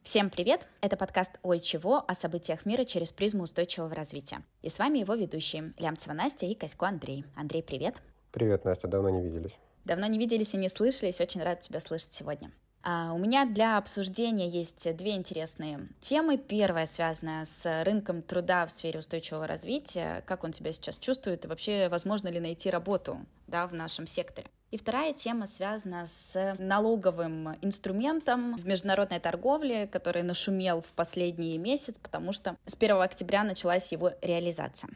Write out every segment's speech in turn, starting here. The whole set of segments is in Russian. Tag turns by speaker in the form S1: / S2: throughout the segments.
S1: Всем привет! Это подкаст «Ой, чего?» о событиях мира через призму устойчивого развития. И с вами его ведущие Лямцева Настя и Косько Андрей. Андрей, привет!
S2: Привет, Настя, давно не виделись.
S1: Давно не виделись и не слышались, очень рад тебя слышать сегодня. У меня для обсуждения есть две интересные темы. Первая связана с рынком труда в сфере устойчивого развития. Как он себя сейчас чувствует и вообще возможно ли найти работу в нашем секторе. И вторая тема связана с налоговым инструментом в международной торговле, который нашумел в последний месяц, потому что с 1 октября началась его реализация.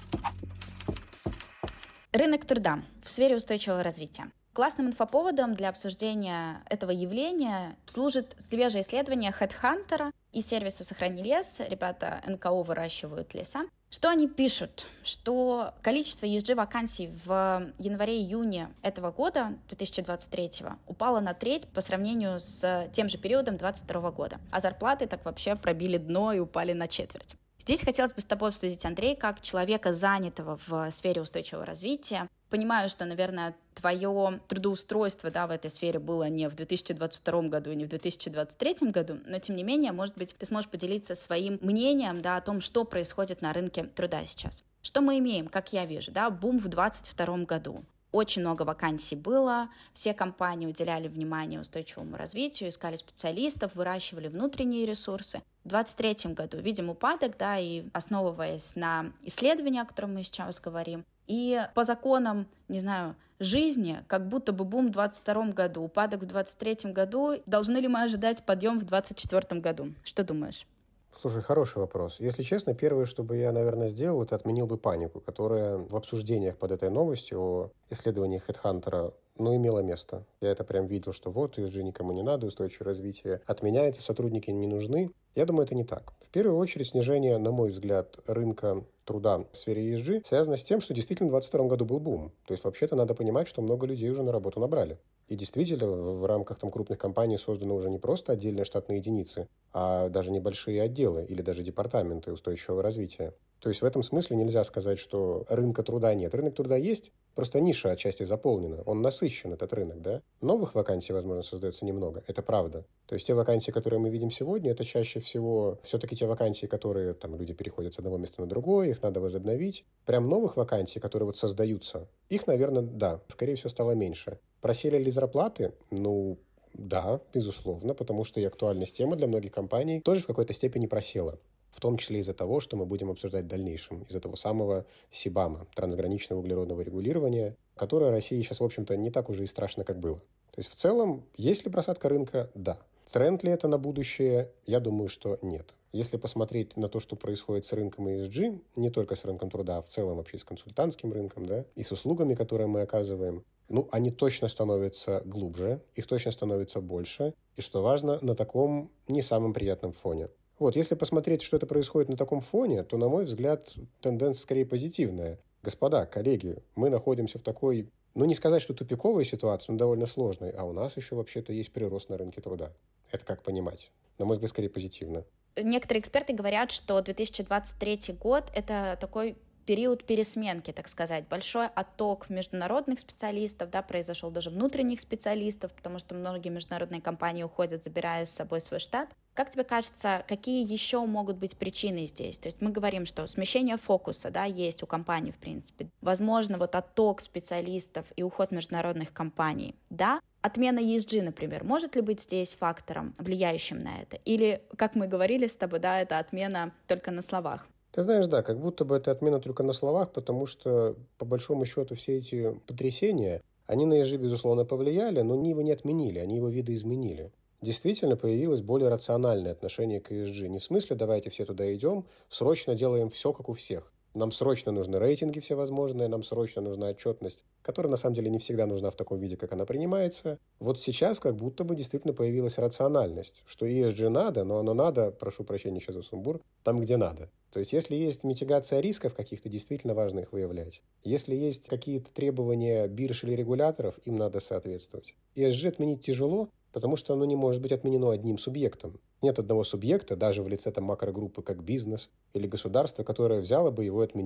S1: Рынок труда в сфере устойчивого развития. Классным инфоповодом для обсуждения этого явления служит свежее исследование HeadHunter и сервиса «Сохрани лес». Ребята НКО выращивают леса. Что они пишут? Что количество ESG-вакансий в январе-июне этого года, 2023, упало на треть по сравнению с тем же периодом 2022 года. А зарплаты так вообще пробили дно и упали на четверть. Здесь хотелось бы с тобой обсудить, Андрей, как человека, занятого в сфере устойчивого развития. Понимаю, что, наверное, твое трудоустройство в этой сфере было не в 2022 году и не в 2023 году, но, тем не менее, может быть, ты сможешь поделиться своим мнением о том, что происходит на рынке труда сейчас. Что мы имеем, как я вижу, бум в 2022 году. Очень много вакансий было, все компании уделяли внимание устойчивому развитию, искали специалистов, выращивали внутренние ресурсы. В 2023 году видим упадок, и основываясь на исследовании, о котором мы сейчас говорим, и по законам, жизни, как будто бы бум в 2022 году, упадок в 2023 году, должны ли мы ожидать подъем в 2024 году? Что думаешь?
S2: Слушай, хороший вопрос. Если честно, первое, что бы я, наверное, сделал, это отменил бы панику, которая в обсуждениях под этой новостью о исследовании HeadHunter, имела место. Я это прям видел, что ESG никому не надо, устойчивое развитие отменяется, сотрудники не нужны. Я думаю, это не так. В первую очередь, снижение, на мой взгляд, рынка труда в сфере ESG связано с тем, что действительно в 2022 году был бум. То есть, вообще-то, надо понимать, что много людей уже на работу набрали. И действительно, в рамках крупных компаний созданы уже не просто отдельные штатные единицы, а даже небольшие отделы или даже департаменты устойчивого развития. То есть в этом смысле нельзя сказать, что рынка труда нет. Рынок труда есть, просто ниша отчасти заполнена. Он насыщен, этот рынок, Новых вакансий, возможно, создается немного. Это правда. То есть те вакансии, которые мы видим сегодня, это чаще всего все-таки те вакансии, которые люди переходят с одного места на другое, их надо возобновить. Прям новых вакансий, которые создаются, их, наверное, скорее всего, стало меньше. Просели ли зарплаты? Да, безусловно, потому что и актуальность темы для многих компаний тоже в какой-то степени просела. В том числе из-за того, что мы будем обсуждать в дальнейшем, из-за того самого СИБАМа, трансграничного углеродного регулирования, которое России сейчас, в общем-то, не так уже и страшно, как было. То есть в целом, есть ли просадка рынка? Да. Тренд ли это на будущее? Я думаю, что нет. Если посмотреть на то, что происходит с рынком ESG, не только с рынком труда, а в целом вообще с консультантским рынком, и с услугами, которые мы оказываем, они точно становятся глубже, их точно становится больше, и, что важно, на таком не самом приятном фоне. Если посмотреть, что это происходит на таком фоне, то, на мой взгляд, тенденция скорее позитивная. Господа, коллеги, мы находимся в такой, не сказать, что тупиковой ситуации, но довольно сложной, а у нас еще вообще-то есть прирост на рынке труда. Это как понимать? На мой взгляд, скорее позитивно.
S1: Некоторые эксперты говорят, что 2023 год – это такой период пересменки, так сказать. Большой отток международных специалистов, произошел даже внутренних специалистов, потому что многие международные компании уходят, забирая с собой свой штат. Как тебе кажется, какие еще могут быть причины здесь? То есть мы говорим, что смещение фокуса, есть у компаний, в принципе. Возможно, отток специалистов и уход международных компаний, Отмена ESG, например, может ли быть здесь фактором, влияющим на это? Или, как мы говорили с тобой, это отмена только на словах?
S2: Ты знаешь, как будто бы это отмена только на словах, потому что, по большому счету, все эти потрясения, они на ESG, безусловно, повлияли, но они его не отменили, они его видоизменили. Действительно появилось более рациональное отношение к ESG. Не в смысле «давайте все туда идем, срочно делаем все, как у всех». Нам срочно нужны рейтинги всевозможные, нам срочно нужна отчетность, которая на самом деле не всегда нужна в таком виде, как она принимается. Сейчас как будто бы действительно появилась рациональность, что ESG надо, но оно надо, прошу прощения сейчас за сумбур, там, где надо. То есть, если есть митигация рисков каких-то, действительно важно их выявлять. Если есть какие-то требования бирж или регуляторов, им надо соответствовать. ESG отменить тяжело, потому что оно не может быть отменено одним субъектом. Нет одного субъекта, даже в лице макрогруппы, как бизнес или государство, которое взяло бы его и отменило.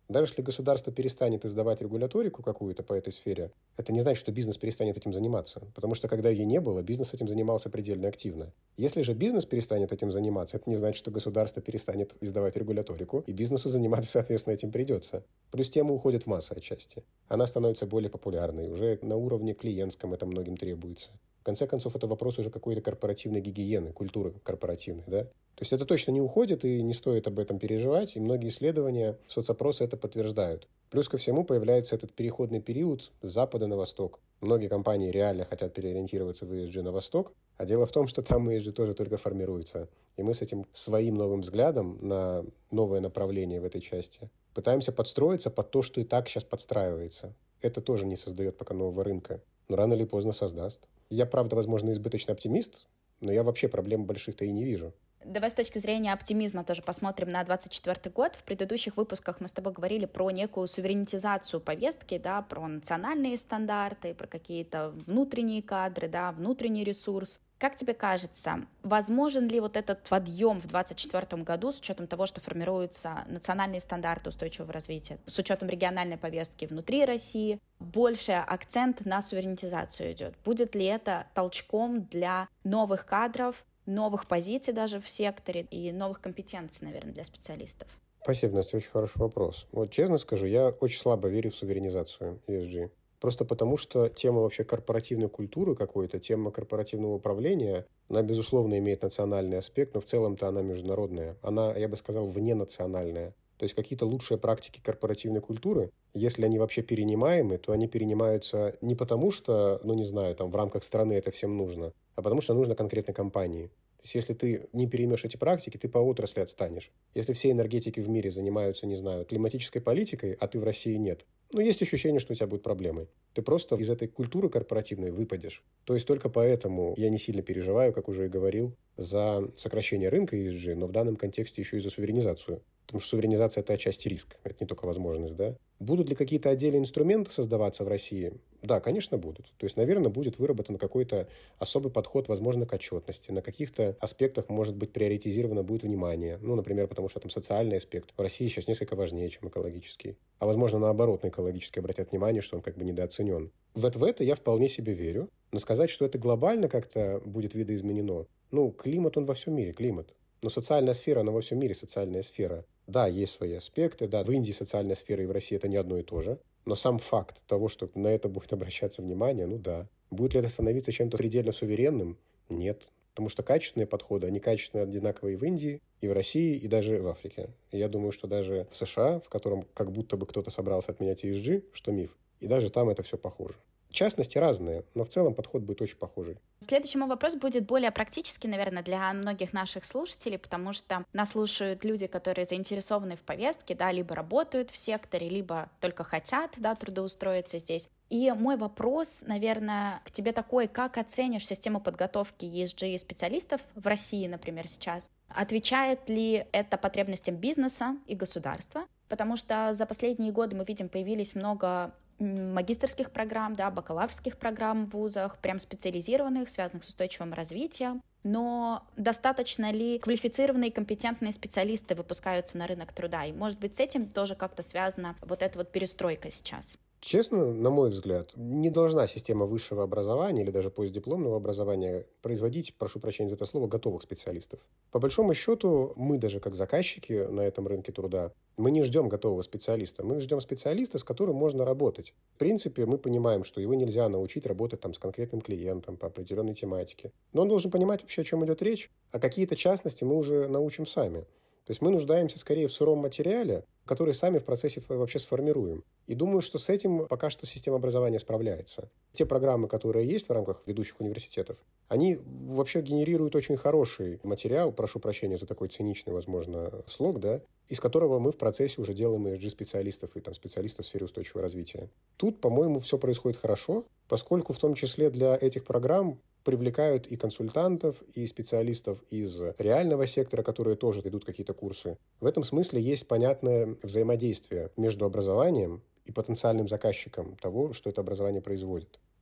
S2: Даже если государство перестанет издавать регуляторику какую-то по этой сфере, это не значит, что бизнес перестанет этим заниматься. Потому что когда ее не было, бизнес этим занимался предельно активно. Если же бизнес перестанет этим заниматься, это не значит, что государство перестанет издавать регуляторику, и бизнесу заниматься, соответственно, этим придется. Плюс тема уходит в массы отчасти. Она становится более популярной. Уже на уровне клиентском это многим требуется. В конце концов, это вопрос уже какой-то корпоративной гигиены, культуры корпоративной, да? То есть это точно не уходит, и не стоит об этом переживать, и многие исследования, соцопросы это подтверждают. Плюс ко всему появляется этот переходный период с запада на восток. Многие компании реально хотят переориентироваться в ESG на восток, а дело в том, что там ESG тоже только формируется. И мы с этим своим новым взглядом на новое направление в этой части пытаемся подстроиться под то, что и так сейчас подстраивается. Это тоже не создает пока нового рынка, но рано или поздно создаст. Я, правда, возможно, избыточно оптимист, но я вообще проблем больших-то и не вижу.
S1: Давай с точки зрения оптимизма тоже посмотрим на 2024 год. В предыдущих выпусках мы с тобой говорили про некую суверенитизацию повестки, да, про национальные стандарты, про какие-то внутренние кадры, да, внутренний ресурс. Как тебе кажется, возможен ли вот этот подъем в 2024 году с учетом того, что формируются национальные стандарты устойчивого развития, с учетом региональной повестки внутри России, больше акцент на суверенитизацию идет? Будет ли это толчком для новых кадров, новых позиций даже в секторе и новых компетенций, наверное, для специалистов?
S2: Спасибо, Настя, очень хороший вопрос. Вот честно скажу, я очень слабо верю в суверенизацию ESG. Просто потому, что тема вообще корпоративной культуры какой-то, тема корпоративного управления, она, безусловно, имеет национальный аспект, но в целом-то она международная. Она, я бы сказал, вненациональная. То есть какие-то лучшие практики корпоративной культуры, если они вообще перенимаемы, то они перенимаются не потому, что, ну не знаю, там в рамках страны это всем нужно, а потому что нужно конкретной компании. То есть если ты не переймешь эти практики, ты по отрасли отстанешь. Если все энергетики в мире занимаются, не знаю, климатической политикой, а ты в России нет, ну, есть ощущение, что у тебя будут проблемы. Ты просто из этой культуры корпоративной выпадешь. То есть только поэтому я не сильно переживаю, как уже и говорил, за сокращение рынка ESG, но в данном контексте еще и за суверенизацию. Потому что суверенизация – это отчасти риск, это не только возможность, да? Будут ли какие-то отдельные инструменты создаваться в России? Да, конечно, будут. То есть, наверное, будет выработан какой-то особый подход, возможно, к отчетности. На каких-то аспектах, может быть, приоритизировано будет внимание. Ну, например, потому что там социальный аспект в России сейчас несколько важнее, чем экологический. А, возможно, наоборот, на экологический обратят внимание, что он как бы недооценен. В это я вполне себе верю. Но сказать, что это глобально как-то будет видоизменено, ну, климат, он во всем мире, климат. Но социальная сфера, она во всем мире социальная сфера. Да, есть свои аспекты, да, в Индии социальная сфера и в России это не одно и то же. Но сам факт того, что на это будет обращаться внимание, ну да. Будет ли это становиться чем-то предельно суверенным? Нет. Потому что качественные подходы, они качественно одинаковые и в Индии, и в России, и даже в Африке. И я думаю, что даже в США, в котором как будто бы кто-то собрался отменять ESG, что миф, и даже там это все похоже. Частности разные, но в целом подход будет очень похожий.
S1: Следующий мой вопрос будет более практический, наверное, для многих наших слушателей, потому что нас слушают люди, которые заинтересованы в повестке, да, либо работают в секторе, либо только хотят, да, трудоустроиться здесь. И мой вопрос, наверное, к тебе такой: как оценишь систему подготовки ESG специалистов в России, например, сейчас? Отвечает ли это потребностям бизнеса и государства? Потому что за последние годы мы видим, появились много магистерских программ, да, бакалаврских программ в вузах, прям специализированных, связанных с устойчивым развитием. Но достаточно ли квалифицированные и компетентные специалисты выпускаются на рынок труда? И, может быть, с этим тоже как-то связана вот эта вот перестройка сейчас?
S2: Честно, на мой взгляд, не должна система высшего образования или даже постдипломного образования производить, прошу прощения за это слово, готовых специалистов. По большому счету, мы даже как заказчики на этом рынке труда, мы не ждем готового специалиста. Мы ждем специалиста, с которым можно работать. В принципе, мы понимаем, что его нельзя научить работать там с конкретным клиентом по определенной тематике. Но он должен понимать вообще, о чем идет речь, а какие-то частности мы уже научим сами. То есть мы нуждаемся скорее в сыром материале, который сами в процессе вообще сформируем. И думаю, что с этим пока что система образования справляется. Те программы, которые есть в рамках ведущих университетов, они вообще генерируют очень хороший материал, прошу прощения за такой циничный, возможно, слог, да, из которого мы в процессе уже делаем ESG-специалистов и там, специалистов в сфере устойчивого развития. Тут, по-моему, все происходит хорошо, поскольку в том числе для этих программ привлекают и консультантов, и специалистов из реального сектора, которые тоже ведут какие-то курсы. В этом смысле есть понятное взаимодействие между образованием и потенциальным заказчиком того, что это образование производит.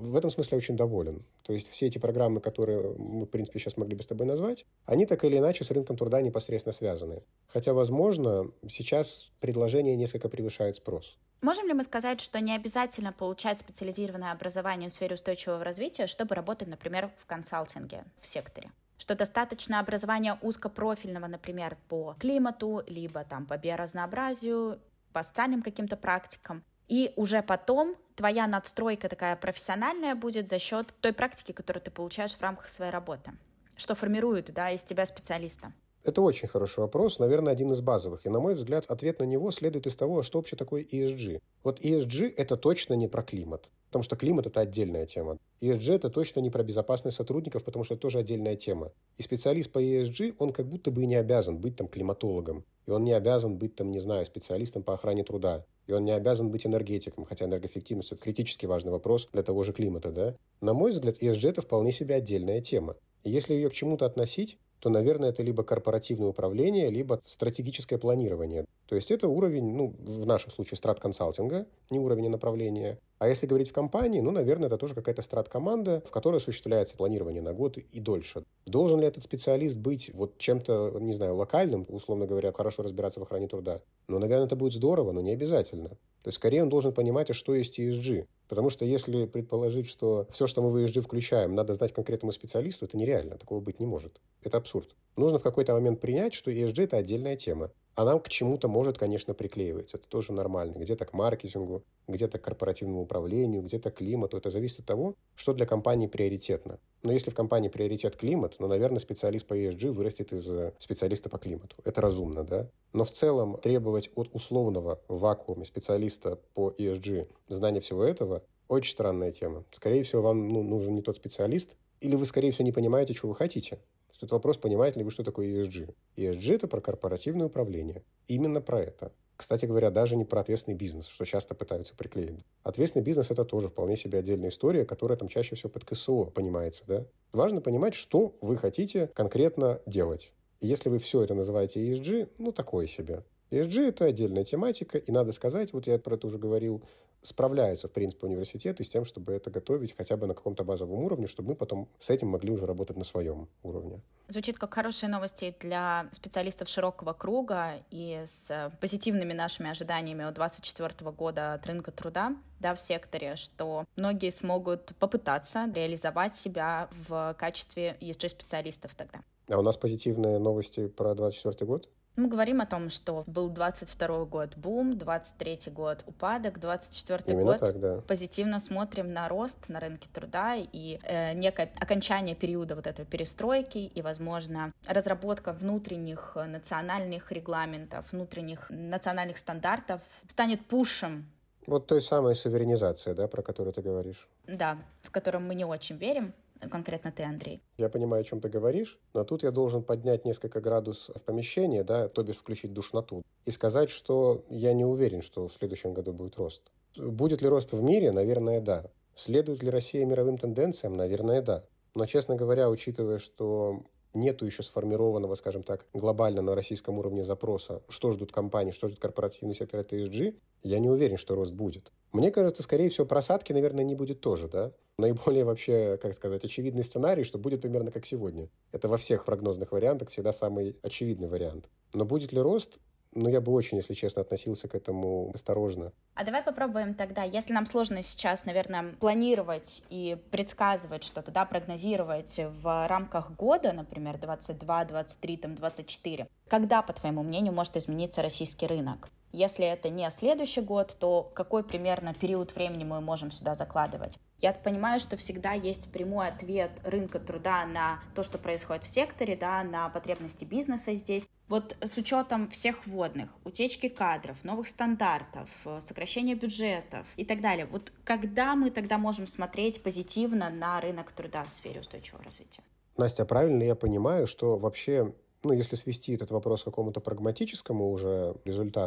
S2: В этом смысле я очень доволен. То есть все эти программы, которые мы, в принципе, сейчас могли бы с тобой назвать, они так или иначе с рынком труда непосредственно связаны. Хотя, возможно, сейчас предложение несколько превышает спрос.
S1: Можем ли мы сказать, что не обязательно получать специализированное образование в сфере устойчивого развития, чтобы работать, например, в консалтинге, в секторе? Что достаточно образования узкопрофильного, например, по климату, либо там по биоразнообразию, по социальным каким-то практикам, и уже потом твоя надстройка такая профессиональная будет за счет той практики, которую ты получаешь в рамках своей работы, что формирует, да, из тебя специалиста.
S2: Это очень хороший вопрос, наверное, один из базовых. И, на мой взгляд, ответ на него следует из того, что вообще такое ESG. Вот ESG – это точно не про климат, потому что климат – это отдельная тема. ESG – это точно не про безопасность сотрудников, потому что это тоже отдельная тема. И специалист по ESG, он как будто бы и не обязан быть там климатологом. И он не обязан быть там, не знаю, специалистом по охране труда. И он не обязан быть энергетиком, хотя энергоэффективность – это критически важный вопрос для того же климата, да? На мой взгляд, ESG – это вполне себе отдельная тема. И если ее к чему-то относить, то, наверное, это либо корпоративное управление, либо стратегическое планирование. То есть это уровень, в нашем случае, страт-консалтинга, не уровень направления. А если говорить в компании, наверное, это тоже какая-то страт-команда, в которой осуществляется планирование на год и дольше. Должен ли этот специалист быть вот чем-то, не знаю, локальным, условно говоря, хорошо разбираться в охране труда? Наверное, это будет здорово, но не обязательно. То есть, скорее, он должен понимать, что есть ESG. Потому что если предположить, что все, что мы в ESG включаем, надо знать конкретному специалисту, это нереально, такого быть не может. Это абсурд. Нужно в какой-то момент принять, что ESG – это отдельная тема. Она к чему-то может, конечно, приклеиваться. Это тоже нормально. Где-то к маркетингу, где-то к корпоративному управлению, где-то к климату. Это зависит от того, что для компании приоритетно. Но если в компании приоритет климат, наверное, специалист по ESG вырастет из специалиста по климату. Это разумно, да? Но в целом требовать от условного в вакууме специалиста по ESG знания всего этого – очень странная тема. Скорее всего, вам нужен не тот специалист, или вы, скорее всего, не понимаете, что вы хотите. Тут вопрос, понимаете ли вы, что такое ESG. ESG – это про корпоративное управление. Именно про это. Кстати говоря, даже не про ответственный бизнес, что часто пытаются приклеить. Ответственный бизнес – это тоже вполне себе отдельная история, которая там чаще всего под КСО понимается, да? Важно понимать, что вы хотите конкретно делать. И если вы все это называете ESG, такое себе. ESG – это отдельная тематика, и надо сказать, вот я про это уже говорил, справляются, в принципе, университеты с тем, чтобы это готовить хотя бы на каком-то базовом уровне, чтобы мы потом с этим могли уже работать на своем уровне.
S1: Звучит как хорошие новости для специалистов широкого круга и с позитивными нашими ожиданиями от 2024 года от рынка труда, в секторе, что многие смогут попытаться реализовать себя в качестве ESG-специалистов тогда.
S2: А у нас позитивные новости про 2024 год?
S1: Мы говорим о том, что был 22 год бум, 23 год упадок, 24
S2: Именно
S1: год
S2: так, да.
S1: позитивно смотрим на рост на рынке труда и некое окончание периода вот этой перестройки и, возможно, разработка внутренних национальных регламентов, внутренних национальных стандартов станет пушем.
S2: Вот той самой суверенизации, да, про которую ты говоришь.
S1: Да, в котором мы не очень верим. Конкретно ты, Андрей.
S2: Я понимаю, о чем ты говоришь, но тут я должен поднять несколько градусов в помещении, да, то бишь включить душноту, и сказать, что я не уверен, что в следующем году будет рост. Будет ли рост в мире? Наверное, да. Следует ли Россия мировым тенденциям? Наверное, да. Но, честно говоря, учитывая, что нету еще сформированного, скажем так, глобально на российском уровне запроса, что ждут компании, что ждут корпоративный сектор от ESG, я не уверен, что рост будет. Мне кажется, скорее всего, просадки, наверное, не будет тоже, да? Наиболее вообще, очевидный сценарий, что будет примерно как сегодня. Это во всех прогнозных вариантах всегда самый очевидный вариант. Но будет ли рост? Я бы очень, если честно, относился к этому осторожно.
S1: А давай попробуем тогда, если нам сложно сейчас, наверное, планировать и предсказывать что-то, прогнозировать в рамках года, например, 22, 23, 24, когда, по твоему мнению, может измениться российский рынок? Если это не следующий год, то какой примерно период времени мы можем сюда закладывать? Я понимаю, что всегда есть прямой ответ рынка труда на то, что происходит в секторе, на потребности бизнеса здесь. Вот с учетом всех вводных, утечки кадров, новых стандартов, сокращения бюджетов и так далее, вот когда мы тогда можем смотреть позитивно на рынок труда в сфере устойчивого развития?
S2: Настя, правильно я понимаю, что вообще, если свести этот вопрос к какому-то прагматическому уже результату,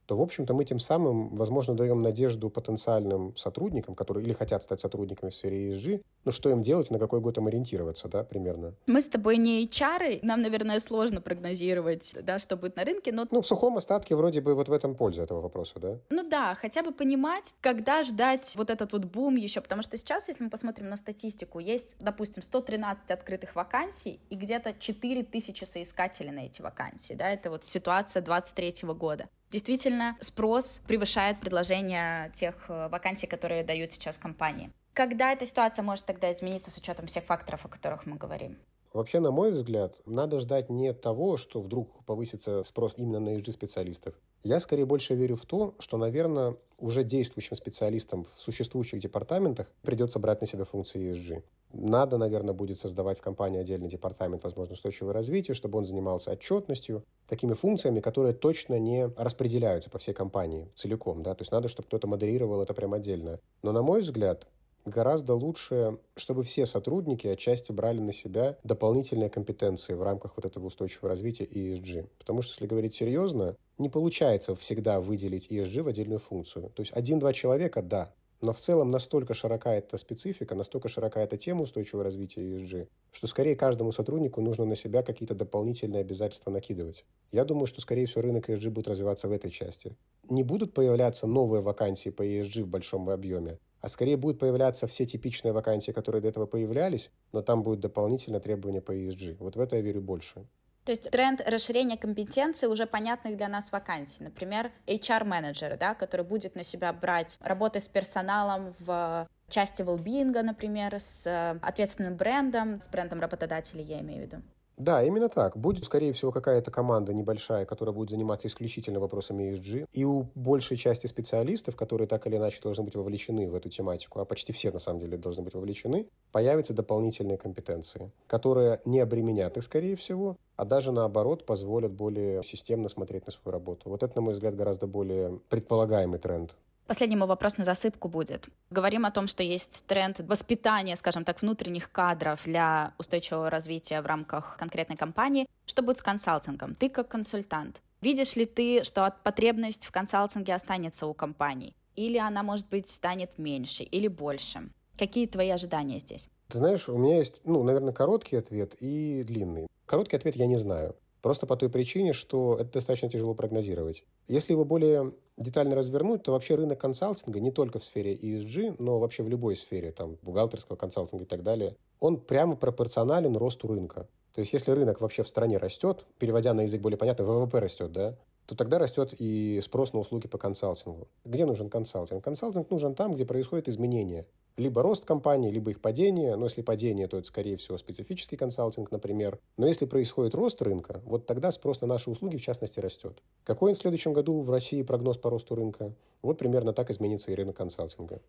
S2: то, в общем-то, мы тем самым, возможно, даем надежду потенциальным сотрудникам, которые или хотят стать сотрудниками в сфере ESG, ну, что им делать, на какой год им ориентироваться, да, примерно.
S1: Мы с тобой не HR, нам, наверное, сложно прогнозировать, да, что будет на рынке, но...
S2: Ну, в сухом остатке вроде бы вот в этом польза этого вопроса, да?
S1: Ну да, хотя бы понимать, когда ждать вот этот вот бум еще, потому что сейчас, если мы посмотрим на статистику, есть, допустим, 113 открытых вакансий и где-то 4000 соискателей на эти вакансии, да, это вот ситуация 2023 года. Действительно, спрос превышает предложение тех вакансий, которые дают сейчас компании. Когда эта ситуация может тогда измениться с учетом всех факторов, о которых мы говорим?
S2: Вообще, на мой взгляд, надо ждать не того, что вдруг повысится спрос именно на ESG-специалистов. Я скорее больше верю в то, что, наверное, уже действующим специалистам в существующих департаментах придется брать на себя функции ESG. Надо, наверное, будет создавать в компании отдельный департамент, возможно, устойчивого развития, чтобы он занимался отчетностью, такими функциями, которые точно не распределяются по всей компании целиком. Да? То есть надо, чтобы кто-то модерировал это прям отдельно. Но, на мой взгляд, гораздо лучше, чтобы все сотрудники отчасти брали на себя дополнительные компетенции в рамках вот этого устойчивого развития и ESG. Потому что, если говорить серьезно, не получается всегда выделить ESG в отдельную функцию. То есть 1-2 человека – да. Но в целом настолько широка эта специфика, настолько широка эта тема устойчивого развития ESG, что скорее каждому сотруднику нужно на себя какие-то дополнительные обязательства накидывать. Я думаю, что, скорее всего, рынок ESG будет развиваться в этой части. Не будут появляться новые вакансии по ESG в большом объеме, а скорее будут появляться все типичные вакансии, которые до этого появлялись, но там будет дополнительное требование по ESG. Вот в это я верю больше.
S1: То есть тренд расширения компетенций уже понятных для нас вакансий. Например, HR-менеджеры, да, который будет на себя брать работы с персоналом в части well-being, например, с ответственным брендом, с брендом работодателей, я имею в виду.
S2: Да, именно так. Будет, скорее всего, какая-то команда небольшая, которая будет заниматься исключительно вопросами ESG. И у большей части специалистов, которые так или иначе должны быть вовлечены в эту тематику, а почти все, на самом деле, должны быть вовлечены, появятся дополнительные компетенции, которые не обременят их, скорее всего, а даже, наоборот, позволят более системно смотреть на свою работу. Вот это, на мой взгляд, гораздо более предполагаемый тренд.
S1: Последний мой вопрос на засыпку будет. Говорим о том, что есть тренд воспитания, скажем так, внутренних кадров для устойчивого развития в рамках конкретной компании. Что будет с консалтингом? Ты как консультант. Видишь ли ты, что потребность в консалтинге останется у компаний? Или она, может быть, станет меньше или больше? Какие твои ожидания здесь?
S2: Ты знаешь, у меня есть, наверное, короткий ответ и длинный. Короткий ответ я не знаю. Просто по той причине, что это достаточно тяжело прогнозировать. Если его более детально развернуть, то вообще рынок консалтинга не только в сфере ESG, но вообще в любой сфере, там, бухгалтерского консалтинга и так далее, он прямо пропорционален росту рынка. То есть если рынок вообще в стране растет, переводя на язык более понятный, ВВП растет, да, то тогда растет и спрос на услуги по консалтингу. Где нужен консалтинг? Консалтинг нужен там, где происходят изменения. Либо рост компании, либо их падение. Но если падение, то это, скорее всего, специфический консалтинг, например. Но если происходит рост рынка, вот тогда спрос на наши услуги, в частности, растет. Какой в следующем году в России прогноз по росту рынка? Вот примерно так изменится и рынок консалтинга.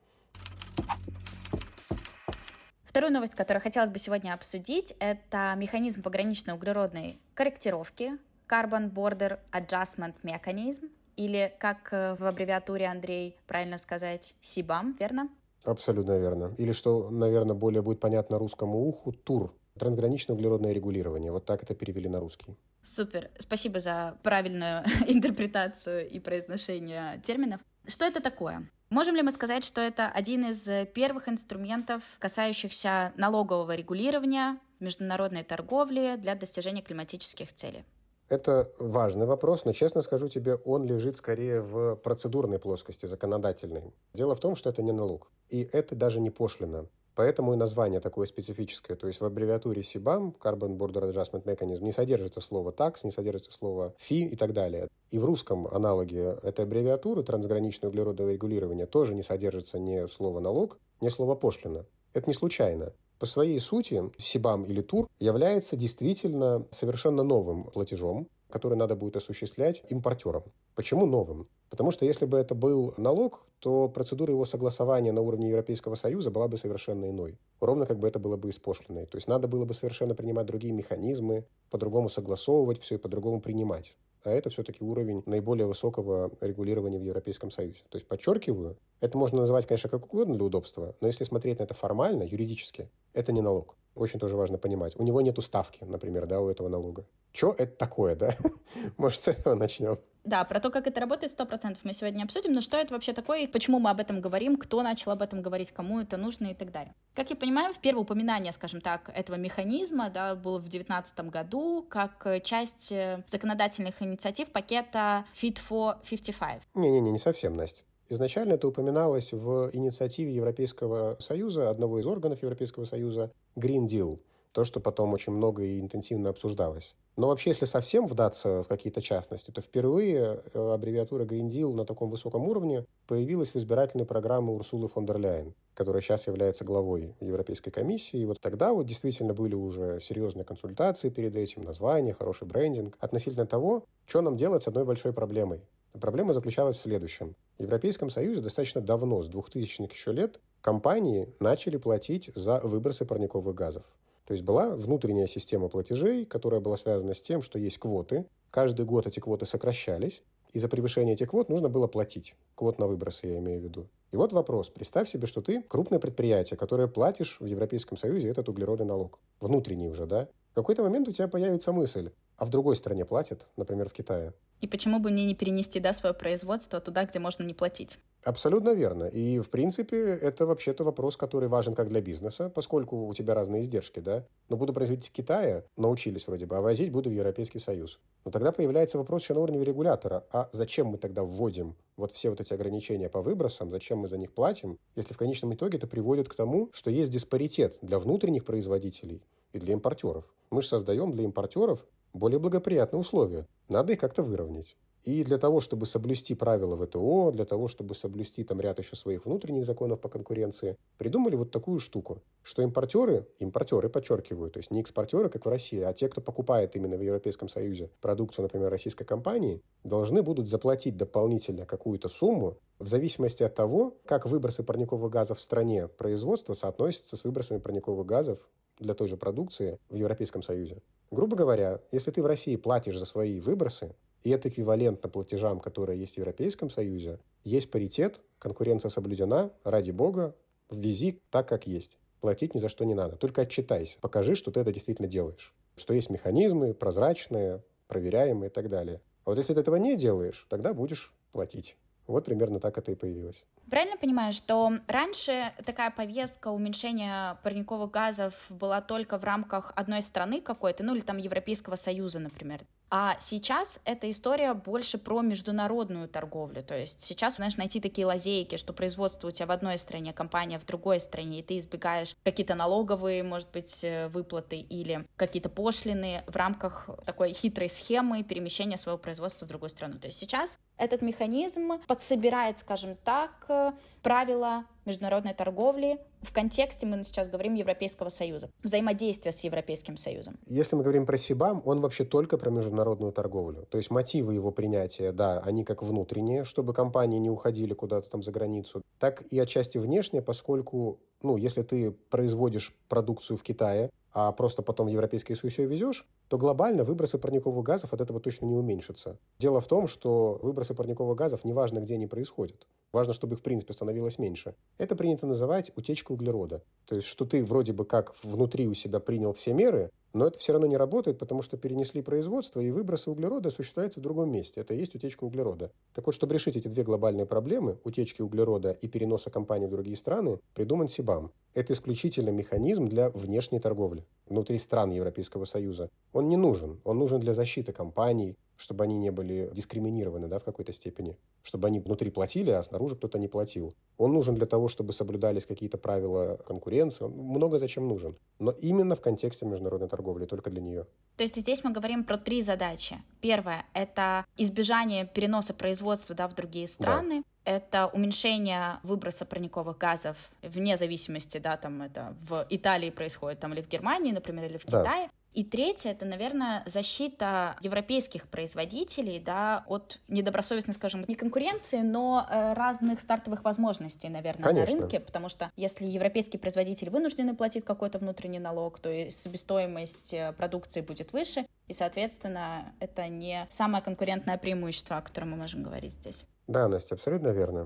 S1: Вторую новость, которую хотелось бы сегодня обсудить, это механизм пограничной углеродной корректировки, Carbon Border Adjustment Mechanism, или, как в аббревиатуре, Андрей, правильно сказать, CBAM, верно?
S2: Абсолютно верно. Или, что, наверное, более будет понятно русскому уху, ТУР. Трансграничное углеродное регулирование. Вот так это перевели на русский.
S1: Супер. Спасибо за правильную интерпретацию и произношение терминов. Что это такое? Можем ли мы сказать, что это один из первых инструментов, касающихся налогового регулирования, международной торговли для достижения климатических целей?
S2: Это важный вопрос, но, честно скажу тебе, он лежит скорее в процедурной плоскости, законодательной. Дело в том, что это не налог. И это даже не пошлина. Поэтому и название такое специфическое. То есть в аббревиатуре CBAM, Carbon Border Adjustment Mechanism, не содержится слово tax, не содержится слово fee и так далее. И в русском аналоге этой аббревиатуры трансграничное углеродное регулирование тоже не содержится ни слово налог, ни слово пошлина. Это не случайно. По своей сути, CBAM или ТУР является действительно совершенно новым платежом, который надо будет осуществлять импортерам. Почему новым? Потому что если бы это был налог, то процедура его согласования на уровне Европейского Союза была бы совершенно иной. Ровно как бы это было бы и с пошлиной. То есть надо было бы совершенно принимать другие механизмы, по-другому согласовывать все и по-другому принимать. А это все-таки уровень наиболее высокого регулирования в Европейском Союзе. То есть, подчеркиваю, это можно называть, конечно, как угодно для удобства, но если смотреть на это формально, юридически, это не налог. очень тоже важно понимать. У него нету ставки, например, да, у этого налога. Что это такое, да? Может, с этого начнем?
S1: Да, про то, как это работает, 100% мы сегодня обсудим, но что это вообще такое, и почему мы об этом говорим, кто начал об этом говорить, кому это нужно и так далее. Как я понимаю, в первое упоминание, скажем так, этого механизма, да, было в 2019 году как часть законодательных инициатив пакета Fit for 55.
S2: Не совсем, Настя. Изначально это упоминалось в инициативе Европейского Союза, одного из органов Европейского Союза, Green Deal. То, что потом очень много и интенсивно обсуждалось. Но вообще, если совсем вдаться в какие-то частности, то впервые аббревиатура Green Deal на таком высоком уровне появилась в избирательной программе Урсулы фон дер Ляйен, которая сейчас является главой Европейской комиссии. И вот тогда вот действительно были уже серьезные консультации перед этим, название, хороший брендинг, относительно того, что нам делать с одной большой проблемой. Проблема заключалась в следующем. В Европейском Союзе достаточно давно, с 2000-х еще лет, компании начали платить за выбросы парниковых газов. То есть была внутренняя система платежей, которая была связана с тем, что есть квоты. Каждый год эти квоты сокращались, и за превышение этих квот нужно было платить. Квот на выбросы я имею в виду. И вот вопрос. Представь себе, что ты крупное предприятие, которое платишь в Европейском Союзе этот углеродный налог. Внутренний уже, да? В какой-то момент у тебя появится мысль, а в другой стране платят, например, в Китае.
S1: И почему бы мне не перенести, да, свое производство туда, где можно не платить?
S2: Абсолютно верно. И, в принципе, это вообще-то вопрос, который важен как для бизнеса, поскольку у тебя разные издержки, да? Но буду производить в Китае, научились вроде бы, а возить буду в Европейский Союз. Но тогда появляется вопрос еще на уровне регулятора. А зачем мы тогда вводим вот все вот эти ограничения по выбросам, зачем мы за них платим, если в конечном итоге это приводит к тому, что есть диспаритет для внутренних производителей и для импортеров. Мы же создаем для импортеров более благоприятные условия. Надо их как-то выровнять. И для того, чтобы соблюсти правила ВТО, для того, чтобы соблюсти там ряд еще своих внутренних законов по конкуренции, придумали вот такую штуку, что импортеры, подчеркиваю, то есть не экспортеры, как в России, а те, кто покупает именно в Европейском Союзе продукцию, например, российской компании, должны будут заплатить дополнительно какую-то сумму в зависимости от того, как выбросы парниковых газов в стране производства соотносятся с выбросами парниковых газов для той же продукции в Европейском Союзе. Грубо говоря, если ты в России платишь за свои выбросы, и это эквивалентно платежам, которые есть в Европейском Союзе, есть паритет, конкуренция соблюдена, ради бога, ввези так, как есть. Платить ни за что не надо. Только отчитайся, покажи, что ты это действительно делаешь. Что есть механизмы прозрачные, проверяемые и так далее. А вот если ты этого не делаешь, тогда будешь платить. Вот примерно так это и появилось.
S1: Правильно понимаю, что раньше такая повестка уменьшения парниковых газов была только в рамках одной страны какой-то, ну или там Европейского Союза, например. А сейчас эта история больше про международную торговлю. То есть сейчас, знаешь, найти такие лазейки, что производство у тебя в одной стране, компания в другой стране, и ты избегаешь какие-то налоговые, может быть, выплаты или какие-то пошлины в рамках такой хитрой схемы перемещения своего производства в другую страну. То есть сейчас этот механизм подсобирает, скажем так, правила международной торговли в контексте, мы сейчас говорим, Европейского Союза, взаимодействия с Европейским Союзом.
S2: Если мы говорим про СИБАМ, он вообще только про международную торговлю. То есть мотивы его принятия, да, они как внутренние, чтобы компании не уходили куда-то там за границу, так и отчасти внешние, поскольку, если ты производишь продукцию в Китае, а просто потом в Европейский Союз ее везешь, то глобально выбросы парниковых газов от этого точно не уменьшатся. Дело в том, что выбросы парниковых газов неважно, где они происходят. Важно, чтобы их, в принципе, становилось меньше. Это принято называть утечкой углерода. То есть, что ты вроде бы как внутри у себя принял все меры, но это все равно не работает, потому что перенесли производство, и выбросы углерода осуществляются в другом месте. Это и есть утечка углерода. Так вот, чтобы решить эти две глобальные проблемы, утечки углерода и переноса компаний в другие страны, придуман СИБАМ. Это исключительно механизм для внешней торговли внутри стран Европейского Союза. Он не нужен. Он нужен для защиты компаний, чтобы они не были дискриминированы, в какой-то степени. Чтобы они внутри платили, а снаружи кто-то не платил. Он нужен для того, чтобы соблюдались какие-то правила конкуренции. Он много зачем нужен. Но именно в контексте международной торговли, только для нее.
S1: То есть здесь мы говорим про 3 задачи. Первое — это избежание переноса производства в другие страны. Да. Это уменьшение выброса парниковых газов вне зависимости, там это в Италии происходит, или в Германии, например, или в Китае. И третье — это, наверное, защита европейских производителей, от недобросовестной, скажем, не конкуренции, но разных стартовых возможностей, наверное,
S2: Конечно.
S1: на рынке, потому что если европейский производитель вынужден платить какой-то внутренний налог, то и себестоимость продукции будет выше, и, соответственно, это не самое конкурентное преимущество, о котором мы можем говорить здесь.
S2: Да, Настя, абсолютно верно.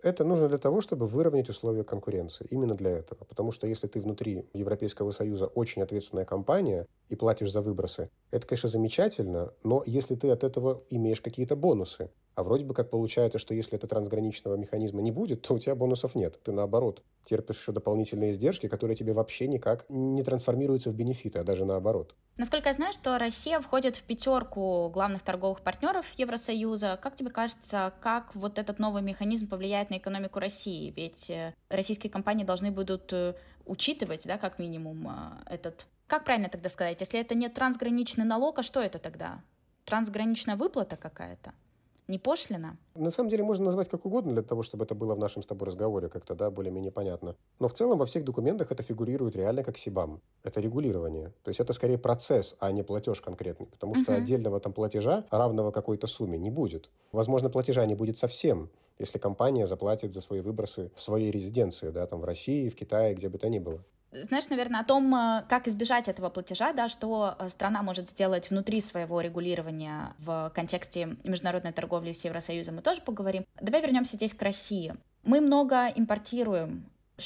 S2: Это нужно для того, чтобы выровнять условия конкуренции. Именно для этого. Потому что если ты внутри Европейского Союза очень ответственная компания и платишь за выбросы, это, конечно, замечательно, но если ты от этого имеешь какие-то бонусы, а вроде бы как получается, что если этого трансграничного механизма не будет, то у тебя бонусов нет. Ты, наоборот, терпишь еще дополнительные издержки, которые тебе вообще никак не трансформируются в бенефиты, а даже наоборот.
S1: Насколько я знаю, что Россия входит в 5 главных торговых партнеров Евросоюза. Как тебе кажется, как вот этот новый механизм повлияет на экономику России? Ведь российские компании должны будут учитывать, да, как минимум, этот... Как правильно тогда сказать? Если это не трансграничный налог, а что это тогда? Трансграничная выплата какая-то? Не пошлина?
S2: На самом деле можно назвать как угодно для того, чтобы это было в нашем с тобой разговоре как-то, да, более-менее понятно. Но в целом во всех документах это фигурирует реально как СИБАМ. Это регулирование. То есть это скорее процесс, а не платеж конкретный. Потому что отдельного там платежа, равного какой-то сумме, не будет. Возможно, платежа не будет совсем, если компания заплатит за свои выбросы в своей резиденции, да, там в России, в Китае, где бы то ни было.
S1: Знаешь, наверное, о том, как избежать этого платежа, да, что страна может сделать внутри своего регулирования в контексте международной торговли с Евросоюзом, мы тоже поговорим. Давай вернемся здесь к России. Мы много импортируем.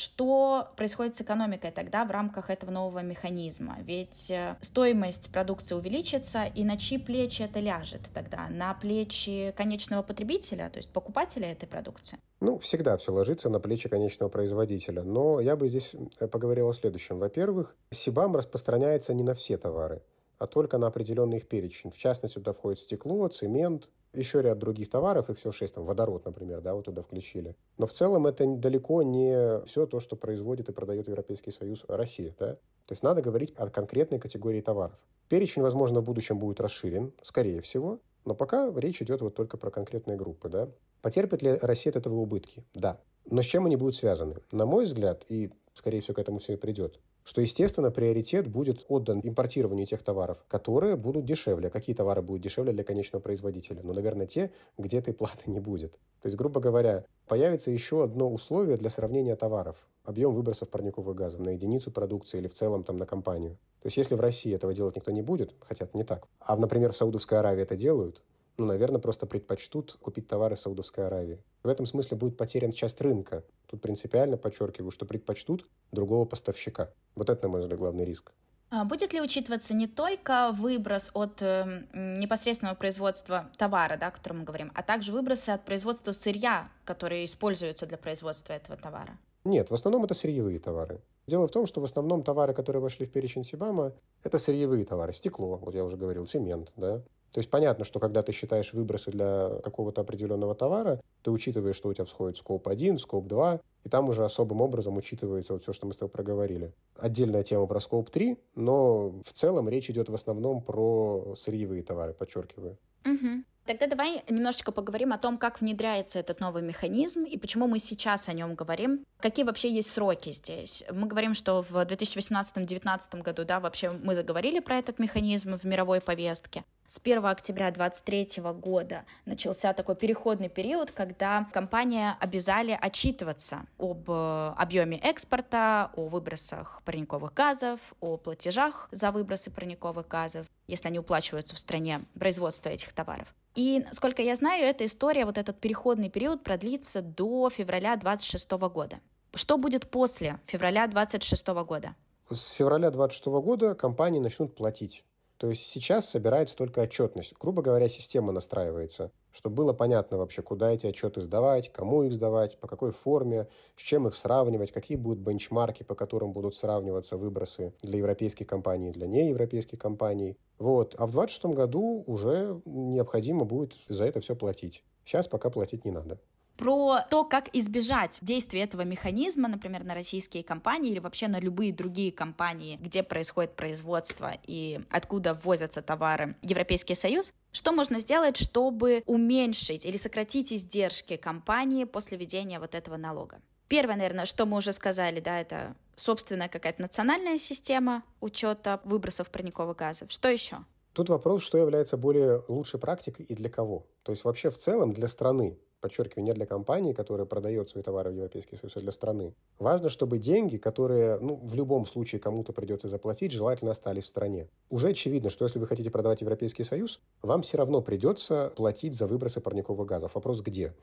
S1: Что происходит с экономикой тогда в рамках этого нового механизма? Ведь стоимость продукции увеличится, и на чьи плечи это ляжет тогда? На плечи конечного потребителя, то есть покупателя этой продукции?
S2: Всегда все ложится на плечи конечного производителя. Но я бы здесь поговорил о следующем. Во-первых, СИБАМ распространяется не на все товары, а только на определенный их перечень. В частности, туда входит стекло, цемент, еще ряд других товаров, их всего 6, там, водород, например, да, вот туда включили. Но в целом это далеко не все то, что производит и продает Европейский Союз, Россия, да. То есть надо говорить о конкретной категории товаров. Перечень, возможно, в будущем будет расширен, скорее всего, но пока речь идет вот только про конкретные группы, да. Потерпит ли Россия от этого убытки? Да. Но с чем они будут связаны? На мой взгляд, и, скорее всего, к этому все и придет, что, естественно, приоритет будет отдан импортированию тех товаров, которые будут дешевле. Какие товары будут дешевле для конечного производителя? Наверное, те, где этой платы не будет. То есть, грубо говоря, появится еще одно условие для сравнения товаров. Объем выбросов парниковых газов на единицу продукции или в целом там, на компанию. То есть, если в России этого делать никто не будет, хотя не так, а, например, в Саудовской Аравии это делают, наверное, просто предпочтут купить товары из Саудовской Аравии. В этом смысле будет потерян часть рынка. Тут принципиально подчеркиваю, что предпочтут другого поставщика. Вот это, на мой взгляд, главный риск.
S1: Будет ли учитываться не только выброс от непосредственного производства товара, да, о котором мы говорим, а также выбросы от производства сырья, которые используются для производства этого товара?
S2: Нет, в основном это сырьевые товары. Дело в том, что в основном товары, которые вошли в перечень СИБАМа, это сырьевые товары. Стекло, вот я уже говорил, цемент, да. То есть понятно, что когда ты считаешь выбросы для какого-то определенного товара, ты учитываешь, что у тебя входит скоп 1, скоп 2, и там уже особым образом учитывается вот все, что мы с тобой проговорили. Отдельная тема про скоп 3, но в целом речь идет в основном про сырьевые товары, подчеркиваю.
S1: Угу. Тогда давай немножечко поговорим о том, как внедряется этот новый механизм и почему мы сейчас о нем говорим. Какие вообще есть сроки здесь? Мы говорим, что в 2018-2019 году, да, вообще мы заговорили про этот механизм в мировой повестке. С 1 октября 2023 года начался такой переходный период, когда компании обязали отчитываться об объеме экспорта, о выбросах парниковых газов, о платежах за выбросы парниковых газов, если они уплачиваются в стране производства этих товаров. И, насколько я знаю, эта история, вот этот переходный период продлится до февраля 2026 года. Что будет после февраля 2026 года?
S2: С февраля 2026 года компании начнут платить. То есть сейчас собирается только отчетность. Грубо говоря, система настраивается, чтобы было понятно вообще, куда эти отчеты сдавать, кому их сдавать, по какой форме, с чем их сравнивать, какие будут бенчмарки, по которым будут сравниваться выбросы для европейских компаний и для неевропейских компаний. Вот. А в 2026 году уже необходимо будет за это все платить. Сейчас пока платить не надо.
S1: Про то, как избежать действия этого механизма, например, на российские компании или вообще на любые другие компании, где происходит производство и откуда ввозятся товары в Европейский Союз. Что можно сделать, чтобы уменьшить или сократить издержки компании после введения вот этого налога? Первое, наверное, что мы уже сказали, да, это собственная какая-то национальная система учета выбросов парниковых газов. Что еще?
S2: Тут вопрос, что является более лучшей практикой и для кого. То есть вообще в целом для страны, подчеркиваю, не для компании, которая продает свои товары в Европейский Союз, а для страны. Важно, чтобы деньги, которые, в любом случае кому-то придется заплатить, желательно остались в стране. Уже очевидно, что если вы хотите продавать в Европейский Союз, вам все равно придется платить за выбросы парниковых газов. Вопрос где?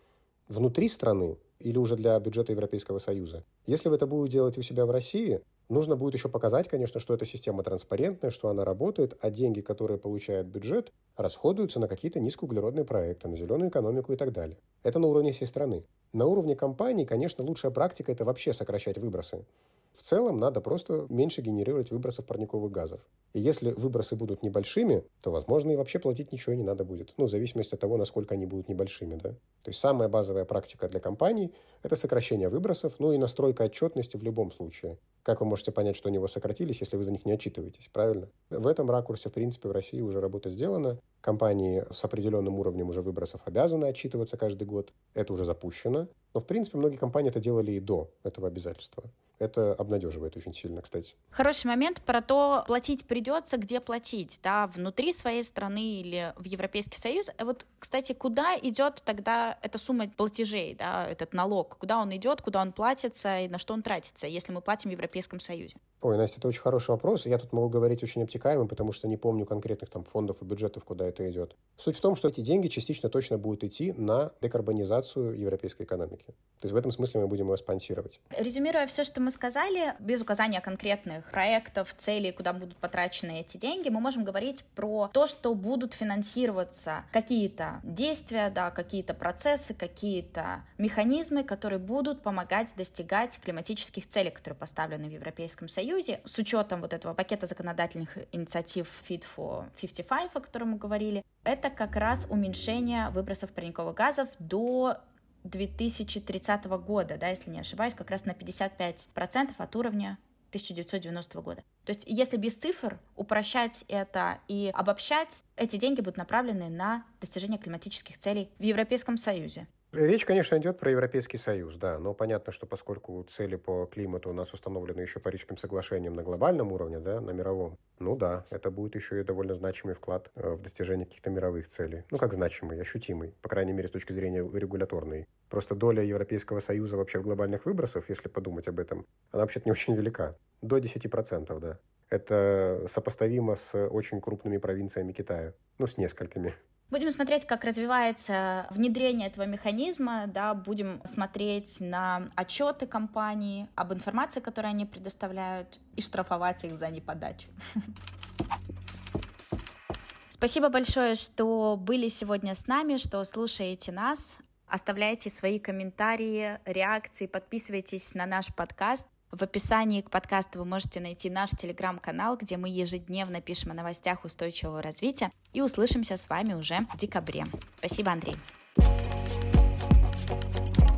S2: внутри страны или уже для бюджета Европейского Союза. Если вы это будете делать у себя в России, нужно будет еще показать, конечно, что эта система транспарентная, что она работает, а деньги, которые получает бюджет, расходуются на какие-то низкоуглеродные проекты, на зеленую экономику и так далее. Это на уровне всей страны. На уровне компаний, конечно, лучшая практика – это вообще сокращать выбросы. В целом надо просто меньше генерировать выбросов парниковых газов. И если выбросы будут небольшими, то, возможно, и вообще платить ничего не надо будет. В зависимости от того, насколько они будут небольшими, да. То есть самая базовая практика для компаний – это сокращение выбросов, и настройка отчетности в любом случае. Как вы можете понять, что они у вас сократились, если вы за них не отчитываетесь, правильно? В этом ракурсе, в принципе, в России уже работа сделана. Компании с определенным уровнем уже выбросов обязаны отчитываться каждый год. Это уже запущено. Но, в принципе, многие компании это делали и до этого обязательства. Это обнадеживает очень сильно, кстати.
S1: Хороший момент про то, платить придется, где платить, да, внутри своей страны или в Европейский Союз. Вот, кстати, куда идет тогда эта сумма платежей, да, этот налог? Куда он идет, куда он платится и на что он тратится, если мы платим в Европейском Союзе?
S2: Ой, Настя, это очень хороший вопрос. Я тут могу говорить очень обтекаемо, потому что не помню конкретных фондов и бюджетов, куда это идет. Суть в том, что эти деньги частично точно будут идти на декарбонизацию европейской экономики. То есть в этом смысле мы будем ее спонсировать.
S1: Резюмируя все, что мы сказали, без указания конкретных проектов, целей, куда будут потрачены эти деньги, мы можем говорить про то, что будут финансироваться какие-то действия, да, какие-то процессы, какие-то механизмы, которые будут помогать достигать климатических целей, которые поставлены в Европейском Союзе, с учетом этого пакета законодательных инициатив Fit for 55, о котором мы говорили. Это как раз уменьшение выбросов парниковых газов до 2030 года, да, если не ошибаюсь, как раз на 55% от уровня 1990 года. То есть, если без цифр упрощать это и обобщать, эти деньги будут направлены на достижение климатических целей в Европейском Союзе.
S2: Речь, конечно, идет про Европейский Союз, да, но понятно, что поскольку цели по климату у нас установлены еще Парижским соглашением на глобальном уровне, да, на мировом, да, это будет еще и довольно значимый вклад в достижение каких-то мировых целей. Как значимый, ощутимый, по крайней мере, с точки зрения регуляторной. Просто доля Европейского Союза вообще в глобальных выбросах, если подумать об этом, она вообще-то не очень велика. До 10%, да. Это сопоставимо с очень крупными провинциями Китая. С несколькими.
S1: Будем смотреть, как развивается внедрение этого механизма, да, будем смотреть на отчеты компаний об информации, которую они предоставляют, и штрафовать их за неподачу. Спасибо большое, что были сегодня с нами, что слушаете нас. Оставляйте свои комментарии, реакции, подписывайтесь на наш подкаст. В описании к подкасту вы можете найти наш телеграм-канал, где мы ежедневно пишем о новостях устойчивого развития. И услышимся с вами уже в декабре. Спасибо, Андрей.